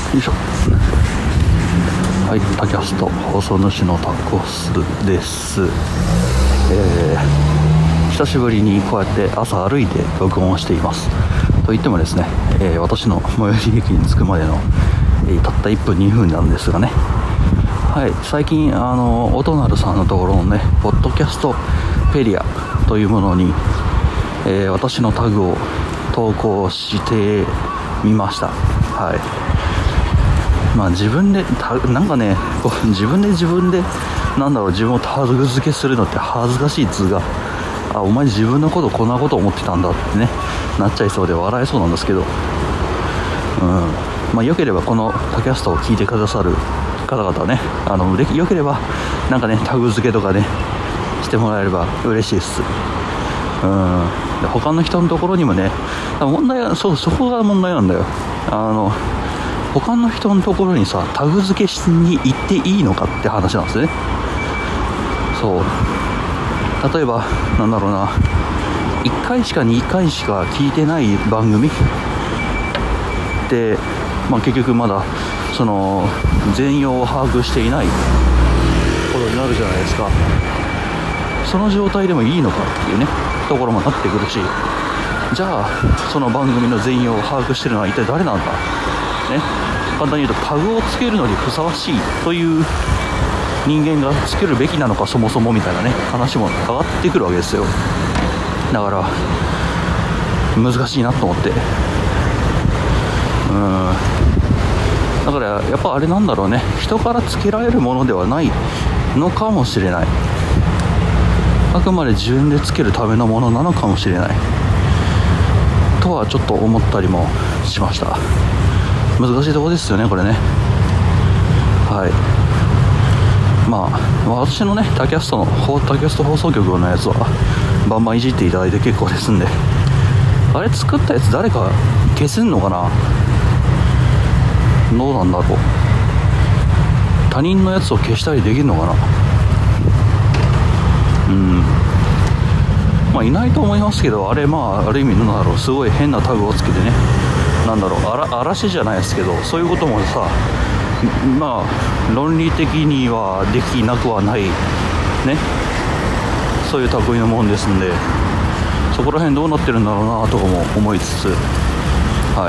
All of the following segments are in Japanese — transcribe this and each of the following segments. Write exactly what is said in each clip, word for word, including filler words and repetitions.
よいしょ。はい、タキャスト放送主のタコスです。えー、久しぶりにこうやって朝歩いて録音をしています。といってもですね、えー、私の最寄り駅に着くまでの、えー、たったいっぷんにふんなんですがね、はい、最近あのオトナルさんのところのねポッドキャストペリアというものに、えー、私のタグを投稿してみました。はい、まあ自分でなんかねこう自分で自分でなんだろう自分をタグ付けするのって恥ずかしいっつうか、あお前自分のことこんなこと思ってたんだってねなっちゃいそうで笑えそうなんですけど、うん、まあよければこのタキャストを聞いてくださる方々はね、あのでよければなんかねタグ付けとかねしてもらえれば嬉しいです。うん、で他の人のところにもね問題はそうそこが問題なんだよ。あの他の人のところにさタグ付けしに行っていいのかって話なんですね。そう例えばなんだろうないっかいしかにかいしか聞いてない番組で、まあ、結局まだその全容を把握していないことになるじゃないですか。その状態でもいいのかっていうねところもなってくるし、じゃあその番組の全容を把握しているのは一体誰なんだね。簡単に言うとタグをつけるのにふさわしいという人間がつけるべきなのかそもそもみたいなね話も上がってくるわけですよ。だから難しいなと思って、うんだからやっぱあれなんだろうね、人からつけられるものではないのかもしれない。あくまで自分でつけるためのものなのかもしれないとはちょっと思ったりもしました。難しいところですよねこれね。はい、まあ私のねタキャストのタキャスト放送局のやつはバンバンいじっていただいて結構ですんで、あれ作ったやつ誰か消せんのかな、どうなんだろう。他人のやつを消したりできるのかな。うんまあいないと思いますけど、あれまあある意味なんだろうすごい変なタグをつけてね、なんだろうあら嵐じゃないですけどそういうこともさまあ論理的にはできなくはないね、そういう類のもんですんで、そこら辺どうなってるんだろうなとかも思いつつ、はい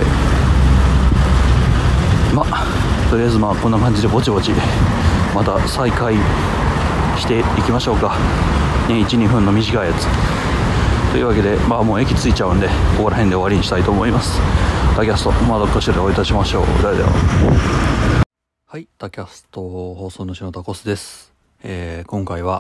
まあとりあえずまあこんな感じでぼちぼちまた再開していきましょうかね。 いち、にふんの短いやつというわけで、まあもう駅着いちゃうんでここら辺で終わりにしたいと思います。タキャストまだっかしらでお会いいたしましょう。ではでは。はい、タキャスト放送主のタコスです。えー、今回は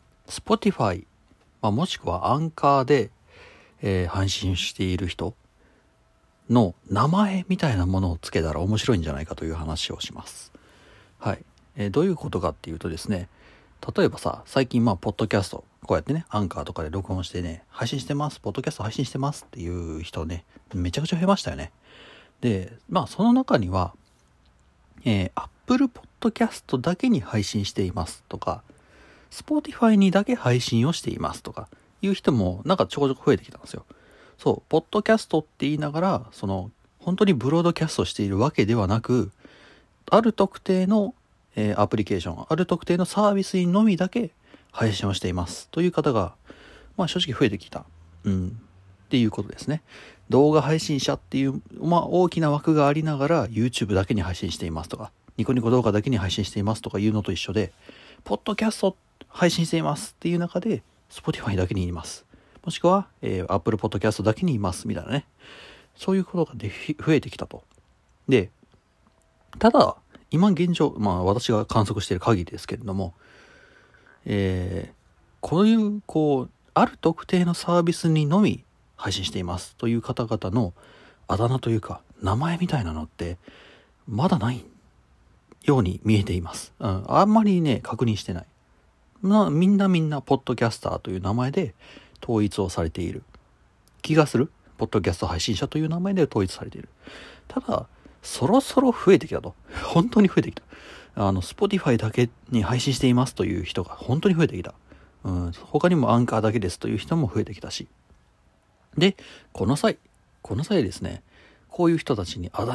Spotify、まあ、もしくはアンカーで、えー、配信している人の名前みたいなものをつけたら面白いんじゃないかという話をします。はい、えー、どういうことかっていうとですね、例えばさ最近まあポッドキャストこうやってねアンカーとかで録音してね配信してますポッドキャスト配信してますっていう人ねめちゃくちゃ増えましたよね。でまあその中には、えー、Apple Podcast だけに配信していますとか Spotify にだけ配信をしていますとかいう人もなんかちょこちょこ増えてきたんですよ。そうポッドキャストって言いながらその本当にブロードキャストしているわけではなく、ある特定のえー、アプリケーションある特定のサービスにのみだけ配信をしていますという方がまあ正直増えてきた、うん、っていうことですね。動画配信者っていうまあ大きな枠がありながら YouTube だけに配信していますとかニコニコ動画だけに配信していますとかいうのと一緒で、ポッドキャスト配信していますっていう中で Spotify だけにいます、もしくは、えー、Apple Podcast だけにいますみたいなね、そういうことがで増えてきたと。でただ今現状、まあ私が観測している限りですけれども、えー、こういう、こう、ある特定のサービスにのみ配信していますという方々のあだ名というか、名前みたいなのって、まだないように見えています。うん、あんまりね、確認してない。まあ、みんなみんな、ポッドキャスターという名前で統一をされている気がする。ポッドキャスト配信者という名前で統一されている。ただ、そろそろ増えてきたと。本当に増えてきた。あの、Spotify だけに配信していますという人が本当に増えてきた。うん、他にもアンカーだけですという人も増えてきたし。で、この際、この際ですね、こういう人たちにあだ名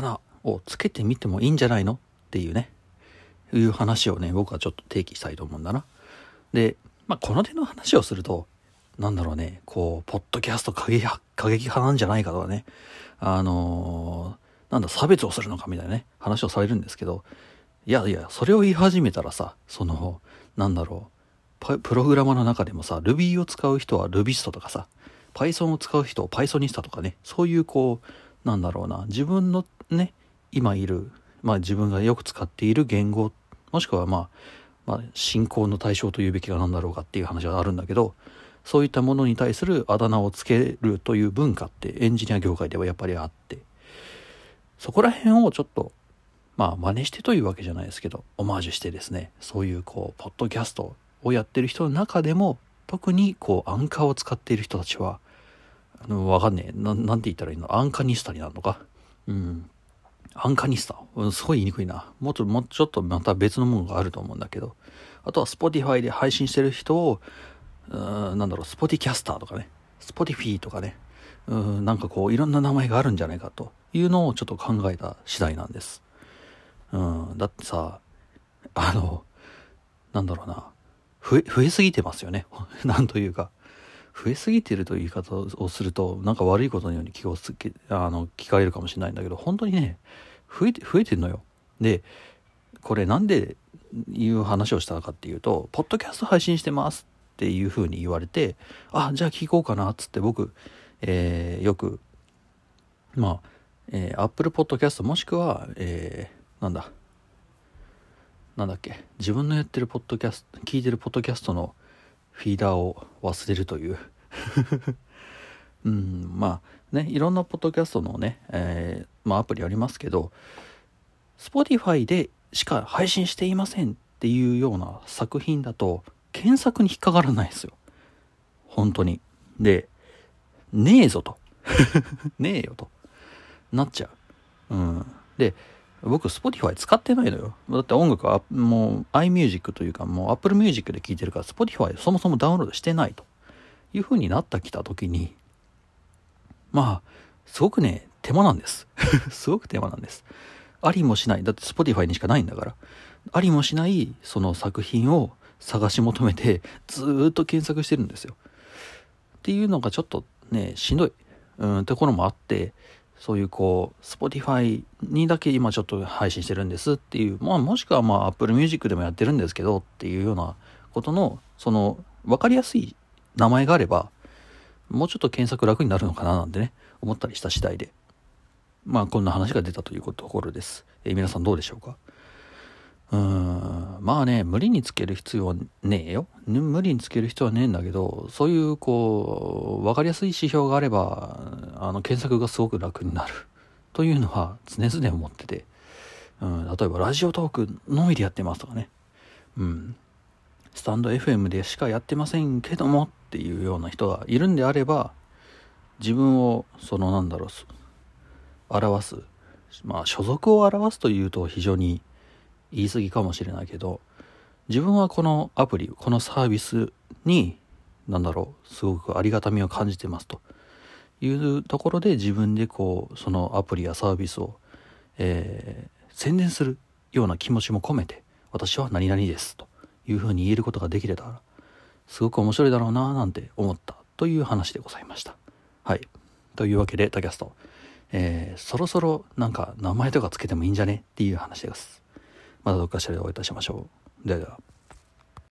をつけてみてもいいんじゃないのっていうね、いう話をね、僕はちょっと提起したいと思うんだな。で、まあこの手の話をすると、なんだろうね、こうポッドキャスト過激派、過激派なんじゃないかとかね、あのー、なんだ差別をするのかみたいなね話をされるんですけど、いやいや、それを言い始めたらさ、そのなんだろう、プログラマーの中でもさ、Ruby を使う人は Rubyist とかさ、Python を使う人を Pythonista とかね、そういうこうなんだろうな、自分のね今いる、まあ自分がよく使っている言語、もしくはまあまあ信仰の対象というべきが何だろうかっていう話はあるんだけど、そういったものに対するあだ名をつけるという文化ってエンジニア業界ではやっぱりあって、そこら辺をちょっとまあ真似してというわけじゃないですけど、オマージュしてですね、そういうこうポッドキャストをやってる人の中でも特にこうアンカーを使っている人たちは、あのわかんねえ な, なんて言ったらいいの、アンカニスタになるのか、うんアンカニスタ、うん、すごい言いにくいな。もっともうちょっとまた別のものがあると思うんだけど、あとは Spotify で配信してる人をうーんなんだろう、スポティキャスターとかね、スポティフィーとかね、うーんなんかこういろんな名前があるんじゃないかというのをちょっと考えた次第なんです。うんだってさ、あのなんだろうな、増え増えすぎてますよねなんというか、増えすぎてるという言い方をするとなんか悪いことのように聞こつけあの聞かれるかもしれないんだけど、本当にね増えて増えてるのよ。でこれなんでいう話をしたかっていうと、ポッドキャスト配信してますっていう風に言われて、あじゃあ聞こうかなっつって僕、えー、よくまあ、えー、Apple Podcast もしくは、えー、なんだなんだっけ自分のやってるポッドキャスト聞いてるポッドキャストのフィーダーを忘れるといううんまあね、いろんなポッドキャストのね、えー、まあアプリありますけど、 Spotify でしか配信していませんっていうような作品だと検索に引っかからないですよ、本当に。でねえぞとねえよとなっちゃう。うんで僕 Spotify 使ってないのよ。だって音楽はもう iMusic というかもう Apple Music で聴いてるから Spotify そもそもダウンロードしてないという風になったきた時に、まあすごくね手間なんですすごく手間なんです。ありもしない、だって Spotify にしかないんだから、ありもしないその作品を探し求めてずーっと検索してるんですよっていうのがちょっとねしんどいうんところもあって、そういうこう Spotify にだけ今ちょっと配信してるんですっていう、まあもしくはまあ Apple Music でもやってるんですけどっていうようなことのその分かりやすい名前があればもうちょっと検索楽になるのかななんてね思ったりした次第で、まあこんな話が出たというところです。えー、皆さんどうでしょうか。うーんまあね、無理につける必要はねえよ、無理につける必要はねえんだけど、そういうこう分かりやすい指標があればあの検索がすごく楽になるというのは常々思ってて、うん、例えばラジオトークのみでやってますとかね、うん、スタンド エフエム でしかやってませんけどもっていうような人がいるんであれば、自分をそのなんだろう表す、まあ所属を表すというと非常に言い過ぎかもしれないけど、自分はこのアプリこのサービスに何だろうすごくありがたみを感じてますというところで、自分でこうそのアプリやサービスを、えー、宣伝するような気持ちも込めて、私は何々ですというふうに言えることができればすごく面白いだろうななんて思ったという話でございました。はい、というわけでタキャスト、えー、そろそろなんか名前とかつけてもいいんじゃねっていう話です。またどっかしらでお会いいたしましょう。ではでは。